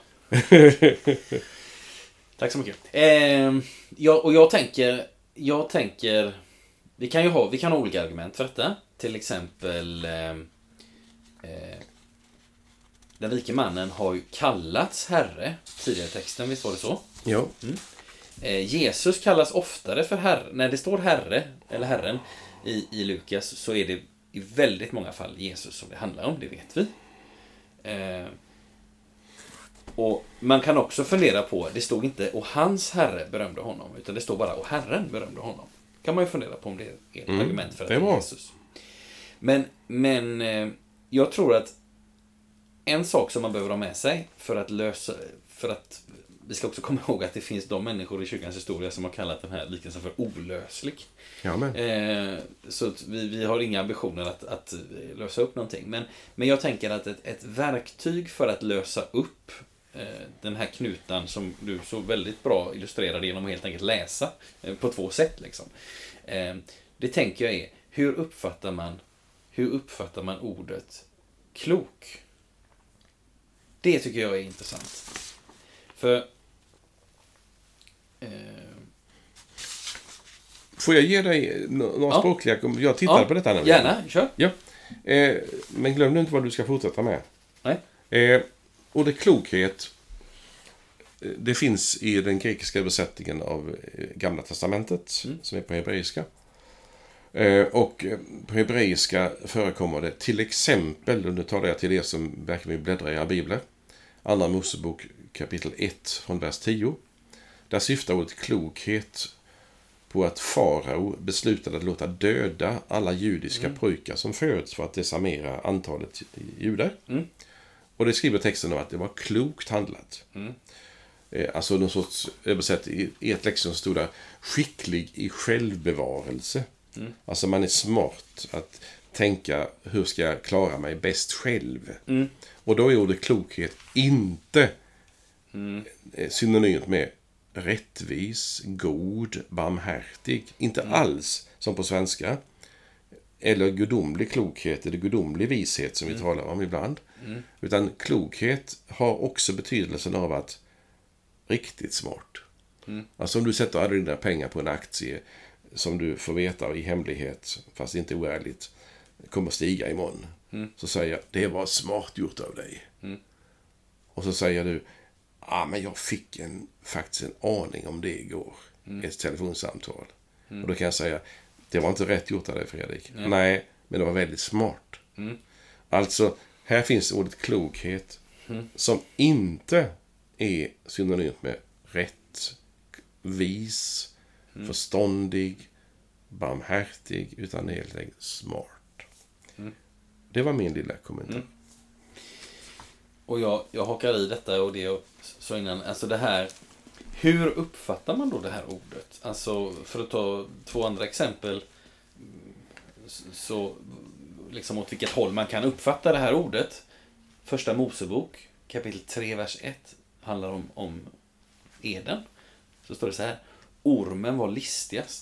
Tack så mycket. Eh, ja, och jag tänker, jag tänker, vi kan ju ha, vi kan ha olika argument för detta. Till exempel, eh, eh, den rike mannen har ju kallats herre tidigare i texten, visst var det så? Ja. Eh, Jesus kallas oftare för herre. När det står herre, eller herren, i, i Lukas så är det i väldigt många fall Jesus som det handlar om, det vet vi. Eh, och man kan också fundera på, det stod inte och hans herre berömde honom, utan det står bara och Herren berömde honom. Kan man ju fundera på om det är ett Mm, argument för att det det är var. Jesus. Men, men eh, jag tror att en sak som man behöver ha med sig för att lösa, för att vi ska också komma ihåg att det finns de människor i kyrkans historia som har kallat den här likelsen för olöslig. Ja, men. Eh, så att vi, vi har inga ambitioner att, att lösa upp någonting. Men, men jag tänker att ett, ett verktyg för att lösa upp eh, den här knutan som du så väldigt bra illustrerade genom att helt enkelt läsa eh, på två sätt. Liksom. Eh, det tänker jag är, hur uppfattar man, hur uppfattar man ordet klok? Det tycker jag är intressant. För eh, Får jag ge dig några Ja. språkliga... Jag tittar ja, på detta nu. gärna, kör. Ja. Eh, men glöm nu inte vad du ska fortsätta med. Nej. Eh, ordet klokhet, eh, det finns i den grekiska översättningen av eh, Gamla testamentet, Mm. som är på hebreiska. Eh, och eh, på hebreiska förekommer det till exempel, och nu talar jag till er som verkligen vill bläddra i era biblar, Andra Mosebok kapitel ett från vers tio. Där syftar ordet klokhet på att farao beslutade att låta döda alla judiska Mm. pojkar som föds för att desarmera antalet judar. Mm. Och det skriver texten om att det var klokt handlat. Mm. Eh, alltså någon sorts översätt i i ett lexikon stod där skicklig i självbevarelse. Mm. Alltså man är smart att tänka hur ska jag klara mig bäst själv. Mm. Och då är ordet klokhet inte Mm. eh, synonymt med rättvis, god, barmhärtig. Inte Mm. alls som på svenska. Eller gudomlig klokhet eller gudomlig vishet som vi talar om ibland. Mm. Utan klokhet har också betydelsen av att riktigt smart. Mm. Alltså om du sätter alla dina pengar på en aktie som du får veta i hemlighet, fast inte oärligt, kommer stiga imorgon. Mm. Så säger jag, det var smart gjort av dig. Mm. Och så säger du, ah, men jag fick en, faktiskt en aning om det igår. Mm. Ett telefonsamtal. Mm. Och då kan jag säga, det var inte rätt gjort av dig, Fredrik. Nej. Nej, men det var väldigt smart. Mm. Alltså, här finns ordet klokhet Mm. som inte är synonymt med rätt, vis, Mm. förståndig, barmhärtig, utan helt enkelt smart. Mm. Det var min lilla kommentar. Mm. Och jag, jag hakar i detta och det jag sa innan. Alltså det här, hur uppfattar man då det här ordet? Alltså för att ta två andra exempel. Så liksom åt vilket håll man kan uppfatta det här ordet. Första Mosebok kapitel tre vers ett handlar om, om Eden. Så står det så här: ormen var listigast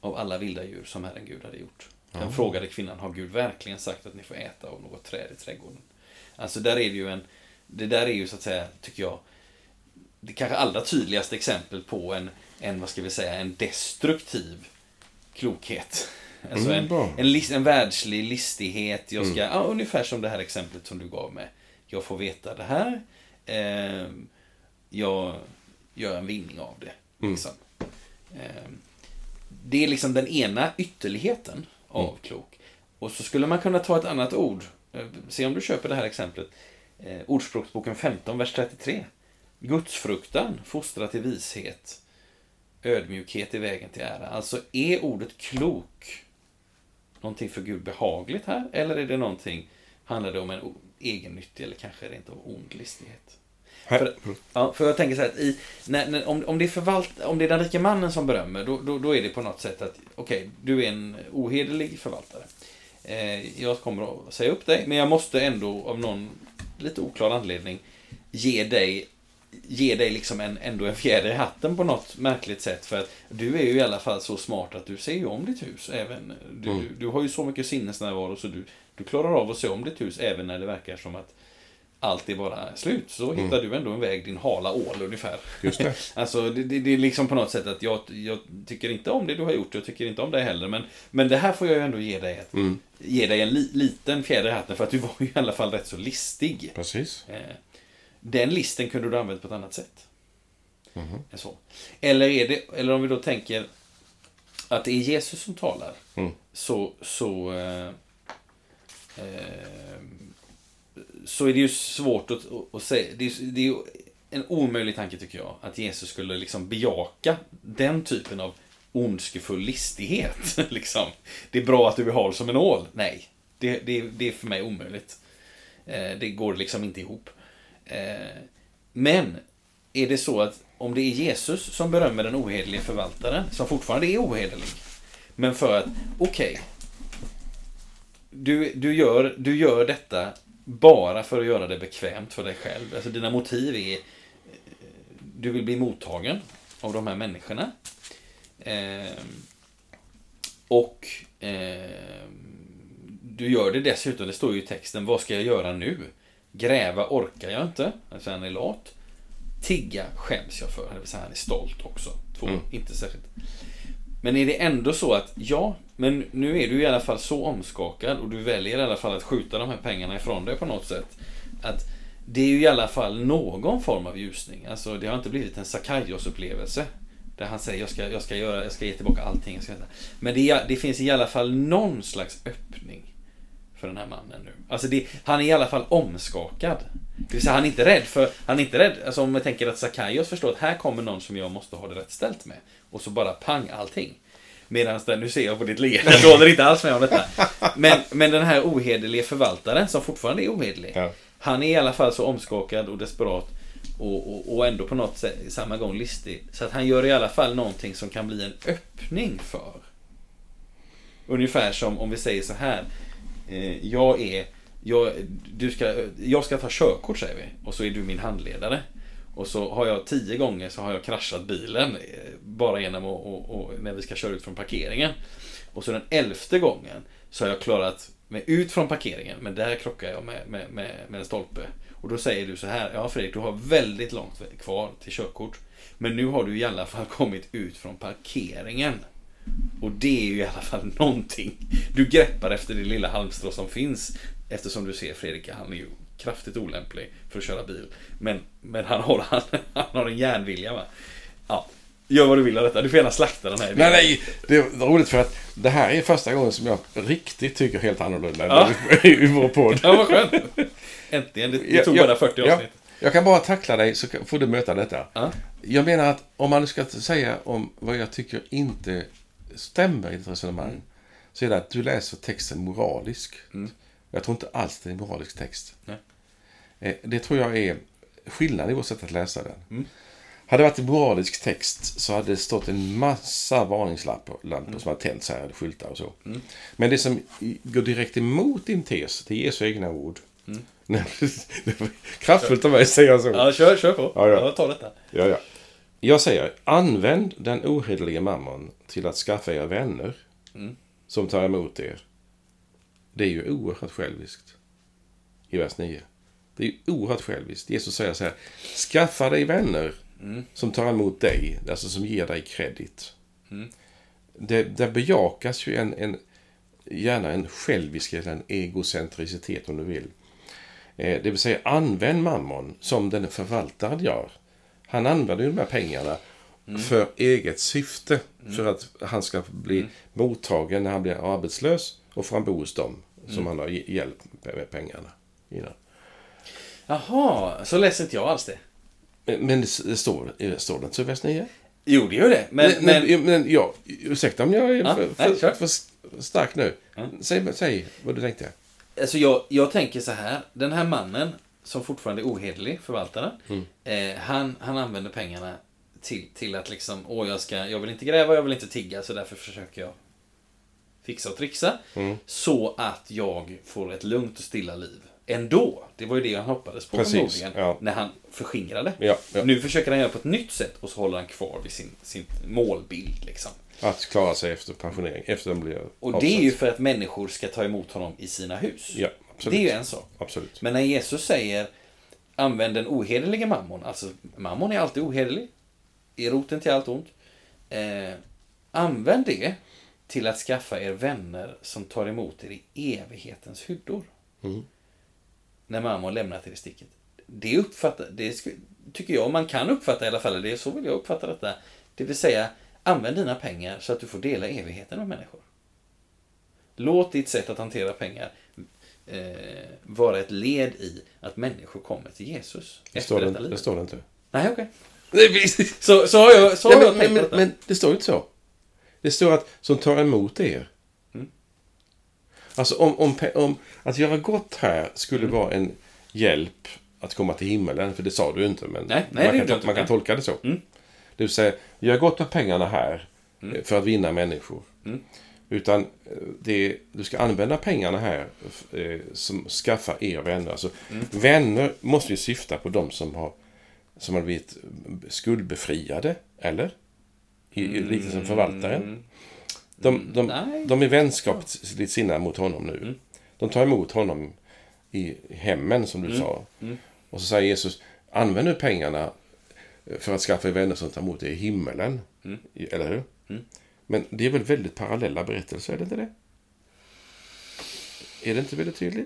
av alla vilda djur som Herren Gud hade gjort. Den Ja. frågade kvinnan, har Gud verkligen sagt att ni får äta av något träd i trädgården? Alltså där är det ju en, det där är ju så att säga, tycker jag, det kanske allra tydligaste exempel på en, en vad ska vi säga, en destruktiv klokhet. Alltså Mm, en, bra. en, list, en världslig listighet. Jag ska, Mm. ja, ungefär som det här exemplet som du gav mig. Jag får veta det här. Eh, jag gör en vinning av det. Mm. Liksom. Eh, det är liksom den ena ytterligheten av Mm. klok. Och så skulle man kunna ta ett annat ord. Eh, se om du köper det här exemplet. Eh, Ordspråksboken femton, vers trettiotre. Gudsfruktan fostrar till vishet. Ödmjukhet i vägen till ära. Alltså, är ordet klok någonting för Gud behagligt här? Eller är det någonting, handlar det om en o- egennyttig eller kanske rent av ond listighet? För, ja, för jag tänker så här att i, när, när, om, om, det är förvalt, om det är den rika mannen som berömmer, då, då, då är det på något sätt att okej, okay, du är en ohederlig förvaltare. Eh, jag kommer att säga upp dig, men jag måste ändå av någon lite oklar anledning ge dig ge dig liksom en, ändå en fjäder i hatten på något märkligt sätt, för att du är ju i alla fall så smart att du ser ju om ditt hus även, du, Mm. du, du har ju så mycket sinnesnärvaro så du, du klarar av att se om ditt hus även när det verkar som att allt är bara slut, så Mm. hittar du ändå en väg, din hala ål ungefär. Just det. Alltså det, det, det är liksom på något sätt att jag, jag tycker inte om det du har gjort, jag tycker inte om det heller, men, men det här får jag ju ändå ge dig, ett, Mm. ge dig en li, liten fjäder i hatten, för att du var ju i alla fall rätt så listig. Precis. Eh, Den listen kunde du använt på ett annat sätt. Mhm. Så. Eller, är det, eller om vi då tänker att det är Jesus som talar, Mm. så, så, eh, eh, så är det ju svårt att, att säga. Det är, det är ju en omöjlig tanke, tycker jag, att Jesus skulle liksom bejaka den typen av ondskefull listighet. liksom. Det är bra att du är hal som en ål. Nej, det, det, det är för mig omöjligt. Eh, det går liksom inte ihop. Eh, men är det så att om det är Jesus som berömmer den ohederliga förvaltaren, som fortfarande är ohederlig, men för att okej, okay, du, du, gör, du gör detta bara för att göra det bekvämt för dig själv. Alltså dina motiv är du vill bli mottagen av de här människorna, eh, och eh, du gör det dessutom, det står ju i texten, vad ska jag göra nu? Gräva orkar jag inte, alltså han är lat. Tigga skäms jag för, det vill säga han är stolt också. Två, Mm. inte särskilt. Men är det ändå så att, ja, men nu är du i alla fall så omskakad och du väljer i alla fall att skjuta de här pengarna ifrån dig på något sätt, att det är ju i alla fall någon form av ljusning. Alltså det har inte blivit en Sakaios-upplevelse där han säger jag ska, jag ska, göra, jag ska ge tillbaka allting. Jag ska, men det, är, det finns i alla fall någon slags öppning för den här mannen nu. Alltså det, han är i alla fall omskakad. Det vill säga han är inte rädd för, han är inte rädd, alltså om jag tänker att Sakaios förstår att här kommer någon som jag måste ha det rätt ställt med, och så bara pang allting. Medan den, nu ser jag på ditt leende, jag håller inte alls med om detta. Men, men den här ohederliga förvaltaren som fortfarande är ohederlig, Ja. han är i alla fall så omskakad och desperat och, och, och ändå på något sätt samma gång listig, så att han gör i alla fall någonting som kan bli en öppning för. Ungefär som om vi säger så här, eh, jag är jag, du ska, jag ska ta körkort, säger vi, och så är du min handledare, och så har jag tio gånger så har jag kraschat bilen eh, bara genom att, och, och, när vi ska köra ut från parkeringen, och så den elfte gången så har jag klarat mig ut från parkeringen, men där krockar jag med, med, med, med en stolpe, och då säger du så här, ja Fredrik, du har väldigt långt kvar till körkort, men nu har du i alla fall kommit ut från parkeringen. Och det är ju i alla fall någonting. Du greppar efter det lilla halmstrå som finns, eftersom du ser Fredrik, han är ju kraftigt olämplig för att köra bil. Men, men han, har, han, han har en järnvilja, va? Ja, gör vad du vill av detta. Du får gärna slakta den här. Nej, nej, det är roligt för att det här är första gången som jag riktigt tycker helt annorlunda Ja. i vår podd. Ja, vad skönt. Äntligen, det, det tog Jag- bara fyrtio ja, avsnitt. Jag kan bara tackla dig så får du möta detta. Ja. Jag menar att om man ska säga om vad jag tycker inte stämmer i ett resonemang, Mm. så är det att du läser texten moralisk. Mm. Jag tror inte alls det är en moralisk text. Nej. Eh, Det tror jag är skillnad i vårt sätt att läsa den. Mm. Hade det varit en moralisk text så hade det stått en massa varningslampor lampor som hade tänts här, eller skyltar och så. Mm. Men det som går direkt emot din tes, det är Jesu egna ord. Mm. Nej, det var kraftfullt av mig att säga så. Ja, kör, kör på. Ja, ja. Ja, ta detta. Ja, ja. Jag säger, använd den ohederliga mammon till att skaffa er vänner Mm. som tar emot er. Det är ju oerhört själviskt. I vers nio. Det är ju oerhört själviskt. Jesus säger så här, skaffa dig vänner Mm. som tar emot dig, alltså som ger dig kredit. Mm. Det, där bejakas ju en, en gärna en självisk eller en egocentricitet om du vill. Eh, det vill säga, använd mammon som den förvaltaren gör. Han använder ju de här pengarna mm. för eget syfte. Mm. För att han ska bli mm. mottagen när han blir arbetslös och får han bo hos dem mm. som han har hjälpt med pengarna innan. Jaha, så läser inte jag alls det. Men, men det, det, står, det står det inte så i vers nio? Jo, det gör det. Men, men, men... men ja, ursäkta om jag är ja, för, nej, för, för stark nu. Ja. Säg, säg vad du tänkte. Alltså jag, jag tänker så här. Den här mannen som fortfarande är ohederlig, förvaltaren. Mm. Eh, han, han använder pengarna till, till att liksom, åh jag ska, jag vill inte gräva, jag vill inte tigga, så därför försöker jag fixa och trixa. Mm. Så att jag får ett lugnt och stilla liv. Ändå. Det var ju det han hoppades på förmodligen. Ja. När han förskingrade. Ja, ja. Nu försöker han göra på ett nytt sätt och så håller han kvar vid sin, sin målbild liksom. Att klara sig efter pensionering. Efter den blir och avsatt. Det är ju för att människor ska ta emot honom i sina hus. Ja, absolut. Det är ju en sak. Absolut. Men när Jesus säger använd den ohederliga mammon. Alltså mammon är alltid ohederlig. Är roten till allt ont. Eh, använd det till att skaffa er vänner som tar emot er i evighetens hyddor. Mm. När mammon lämnar till det sticket. Det uppfattar, det tycker jag man kan uppfatta i alla fall. Det är så vill jag uppfatta detta. Det vill säga, använd dina pengar så att du får dela evigheten med människor. Låt ditt sätt att hantera pengar eh, vara ett led i att människor kommer till Jesus. Det står det, det står det inte. Nej, okej. Okay. så, så har jag, så har ja, jag men, tänkt men, detta. Men det står inte så. Det står att som tar emot er. Mm. Alltså om, om, om att göra gott här skulle mm. vara en hjälp att komma till himmelen. För det sa du inte, men nej, nej, man, kan, man kan tolka det så. Mm. Det vill säga, gör gott av pengarna här mm. för att vinna människor. Mm. Utan det, du ska använda pengarna här eh, som skaffar er vänner. Alltså, mm. vänner måste ju syfta på de som har, som har blivit skuldbefriade, eller? I, i lite som förvaltaren. De, de, de, de är vänskapligt sinna mot honom nu. Mm. De tar emot honom i hemmen, som du mm. sa. Mm. Och så säger Jesus, använd nu pengarna för att skaffa er vänner som tar emot er i himmelen. Mm. Eller hur? Mm. Men det är väl väldigt parallella berättelser, är det inte det? Är det inte väldigt tydligt?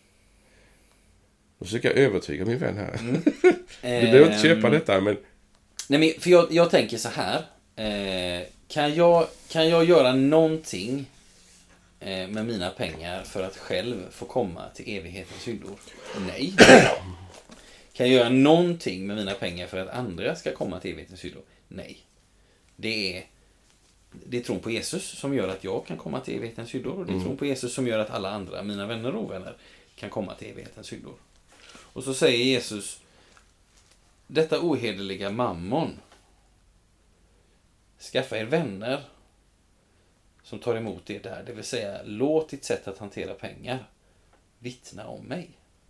Nu försöker jag övertyga min vän här. Mm. Du behöver inte köpa detta, men... Nej, men för jag, jag tänker så här. Eh, kan, jag, kan jag göra någonting eh, med mina pengar för att själv få komma till evighetens hyddor? Nej. Kan jag göra någonting med mina pengar för att andra ska komma till evighetens hyddor? Nej. Det är, det är tron på Jesus som gör att jag kan komma till evighetens hyddor. Och det är mm. tron på Jesus som gör att alla andra, mina vänner och ovänner, kan komma till evighetens hyddor. Och så säger Jesus, detta ohederliga mammon, skaffa er vänner som tar emot er där. Det vill säga, låt ditt sätt att hantera pengar vittna om mig.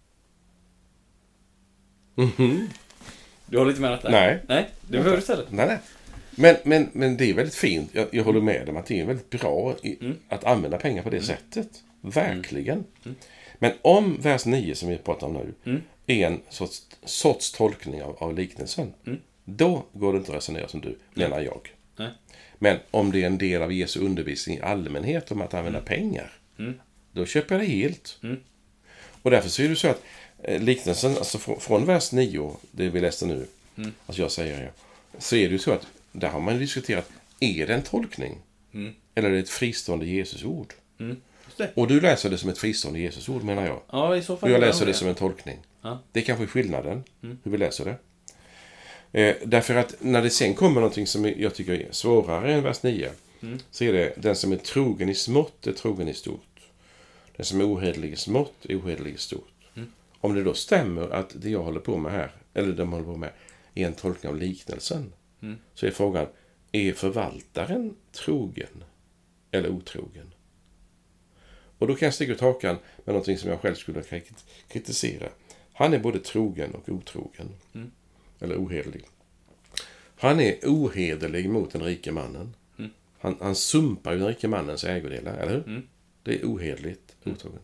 Mm-hmm. Du håller inte med detta? Nej. Nej, det behöver du istället. Nej, nej. Men, men, men det är väldigt fint. Jag, jag håller med om att det är väldigt bra i, mm. att använda pengar på det mm. sättet. Verkligen. Mm. Mm. Men om vers nio som vi pratar om nu mm. är en sorts, sorts tolkning av, av liknelsen, mm. då går det inte att resonera som du, menar jag. Nej. Men om det är en del av Jesu undervisning i allmänhet om att använda mm. pengar, mm. då köper jag det helt. Mm. Och därför så är det så att eh, liknelsen, alltså från, från vers nio, det vi läste nu, mm. alltså jag säger ja, så är det ju så att där har man diskuterat, är det en tolkning? Mm. Eller är det ett fristående Jesusord? Mm. Och du läser det som ett fristående Jesusord, menar jag. Ja, i så fall. Och jag läser det, det som en tolkning. Ja. Det är kanske skillnaden, mm. hur vi läser det. Eh, därför att när det sen kommer någonting som jag tycker är svårare än vers nio, mm. så är det den som är trogen i smått är trogen i stort. Den som är ohederlig i smått är ohederlig i stort. Mm. Om det då stämmer att det jag håller på med här, eller de håller på med, är en tolkning av liknelsen, mm. så är frågan, är förvaltaren trogen eller otrogen? Och då kan jag sticka ut hakan med någonting som jag själv skulle kritisera. Han är både trogen och otrogen. Mm. Eller ohederlig. Han är ohederlig mot den rike mannen. Mm. Han, han sumpar ju den rike mannens ägodelar, eller hur? Mm. Det är ohederligt. Mm. Otrogen.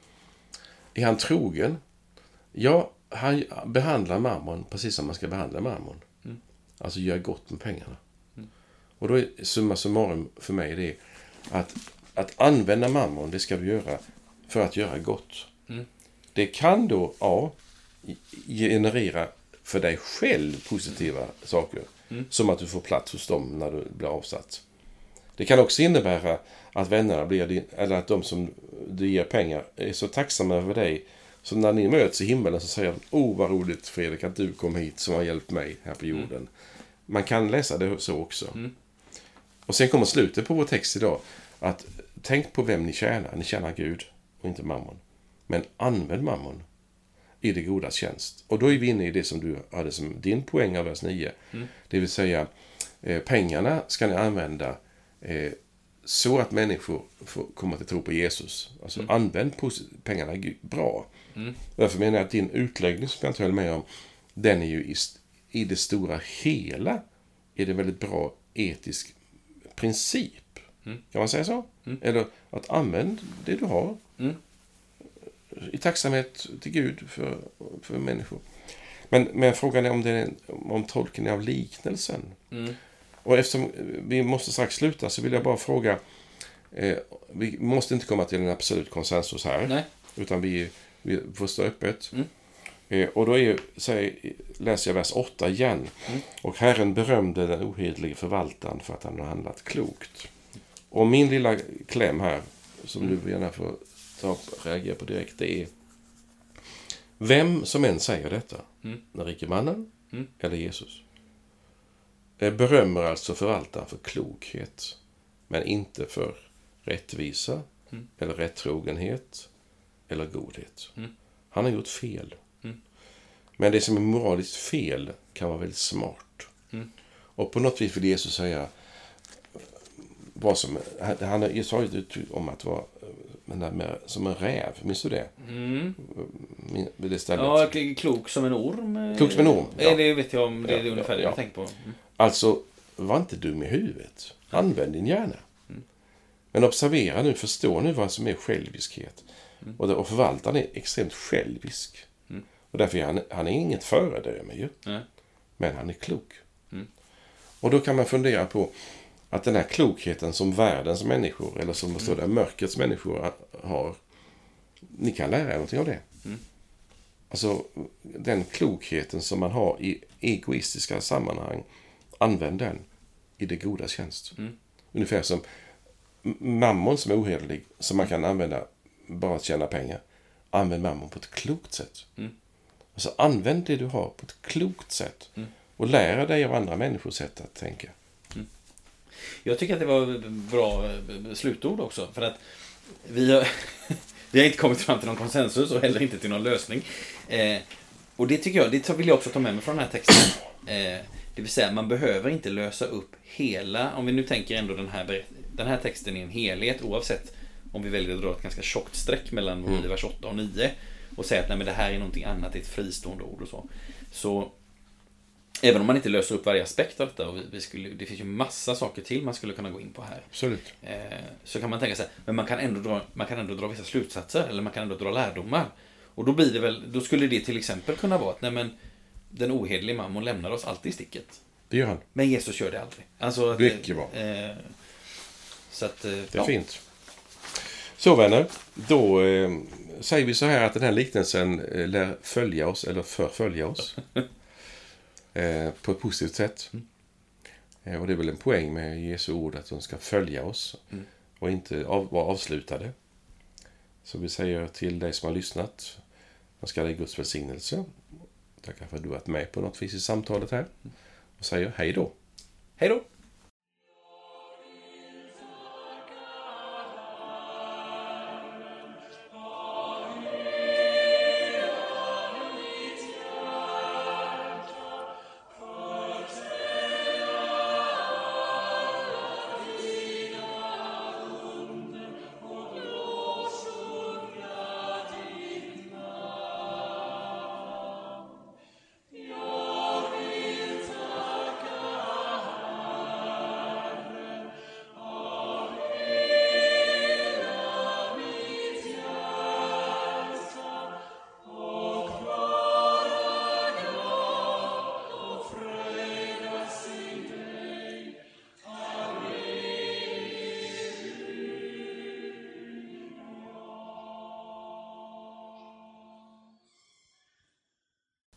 Är han trogen? Ja, han behandlar mammon precis som man ska behandla mammon. Mm. Alltså gör gott med pengarna. Mm. Och då är summa summarum för mig det att, att använda mammon, det ska du göra för att göra gott. Mm. Det kan då, ja, generera för dig själv positiva saker. Mm. Som att du får plats hos dem när du blir avsatt. Det kan också innebära att vännerna blir din, eller att de som du ger pengar är så tacksamma över dig. Så när ni möts i himmelen så säger de, åh vad roligt Fredrik att du kom hit som har hjälpt mig här på jorden. Mm. Man kan läsa det så också. Mm. Och sen kommer slutet på vår text idag. Att tänk på vem ni tjänar. Ni tjänar Gud och inte mammon. Men använd mammon i det godas tjänst. Och då är vi inne i det som du hade som din poäng av vers nio. Mm. Det vill säga, eh, pengarna ska ni använda eh, så att människor får komma till tro på Jesus. Alltså mm. använd pengarna bra. Mm. Därför menar jag att din utläggning som jag inte höll med om, den är ju i, i det stora hela är det väldigt bra etisk princip. Mm. Kan man säga så? Mm. Eller att använda det du har. Mm. I tacksamhet till Gud för, för människor. Men, men frågan är om, det är, om tolken är av liknelsen. Mm. Och eftersom vi måste strax sluta så vill jag bara fråga. Eh, vi måste inte komma till en absolut konsensus här. Nej. Utan vi, vi får stå öppet. Mm. Eh, och då är, säg, läser jag vers åtta igen. Mm. Och Herren berömde den ohederlige förvaltaren för att han har handlat klokt. Och min lilla kläm här, som mm. du gärna får ta reagera på direkt, det är vem som än säger detta, mm. den rike mannen mm. eller Jesus, berömmer alltså förvaltaren för klokhet, men inte för rättvisa mm. eller rättrogenhet eller godhet. Mm. Han har gjort fel. Mm. Men det som är moraliskt fel kan vara väldigt smart. Mm. Och på något vis vill Jesus säga vad som, han har sa ju om att vara med, som en räv, minns du det? Mm. Det stället. Ja, klok som en orm. Klok som en orm. Ja. Det vet jag om det är det ungefär det ja. jag tänker på. Mm. Alltså, var inte dum i huvudet. Använd din hjärna. Mm. Men observera nu, förstå nu vad som är själviskhet. Mm. Och, det, och förvaltaren är extremt självisk. Mm. Och därför är han, han är inget föredöme ju. Mm. Men han är klok. Mm. Och då kan man fundera på att den här klokheten som världens människor, eller som står där, mörkrets människor har, ni kan lära er någonting av det. Mm. Alltså, den klokheten som man har i egoistiska sammanhang, använd den i det goda tjänst. Mm. Ungefär som mammon som är ohederlig, som man kan använda bara att tjäna pengar. Använd mammon på ett klokt sätt. Mm. Alltså, använd det du har på ett klokt sätt. Mm. Och lära dig av andra människors sätt att tänka. Mm. Jag tycker att det var bra slutord också. För att vi har, vi har inte kommit fram till någon konsensus och heller inte till någon lösning. Eh, och det tycker jag, det vill jag också ta med mig från den här texten. Eh, det vill säga, man behöver inte lösa upp hela, om vi nu tänker ändå den här, den här texten i en helhet, oavsett om vi väljer att dra ett ganska tjockt streck mellan mm. vers åtta och nio och säga att nej, men det här är någonting annat, ett fristående ord och så. Så även om man inte löser upp varje aspekt av detta, och vi, vi skulle, det finns ju massa saker till man skulle kunna gå in på här. Absolut. Eh, så kan man tänka sig, men man kan, ändå dra, man kan ändå dra vissa slutsatser, eller man kan ändå dra lärdomar. Och då blir det väl, då skulle det till exempel kunna vara att nej, men den ohederliga mammon lämnar oss alltid i sticket. Det gör han. Men Jesus gör det aldrig. Alltså att, mycket bra. Eh, så att, eh, det är ja. fint. Så vänner, då eh, säger vi så här att den här liknelsen eh, lär följa oss, eller förfölja oss. eh, på ett positivt sätt. Mm. Eh, och det är väl en poäng med Jesu ord att de ska följa oss. Mm. Och inte av, vara avslutade. Så vi säger till dig som har lyssnat, man ska dig Guds välsignelse. Tackar för att du har varit med på något vis i samtalet här. Och säger hej då. Hej då.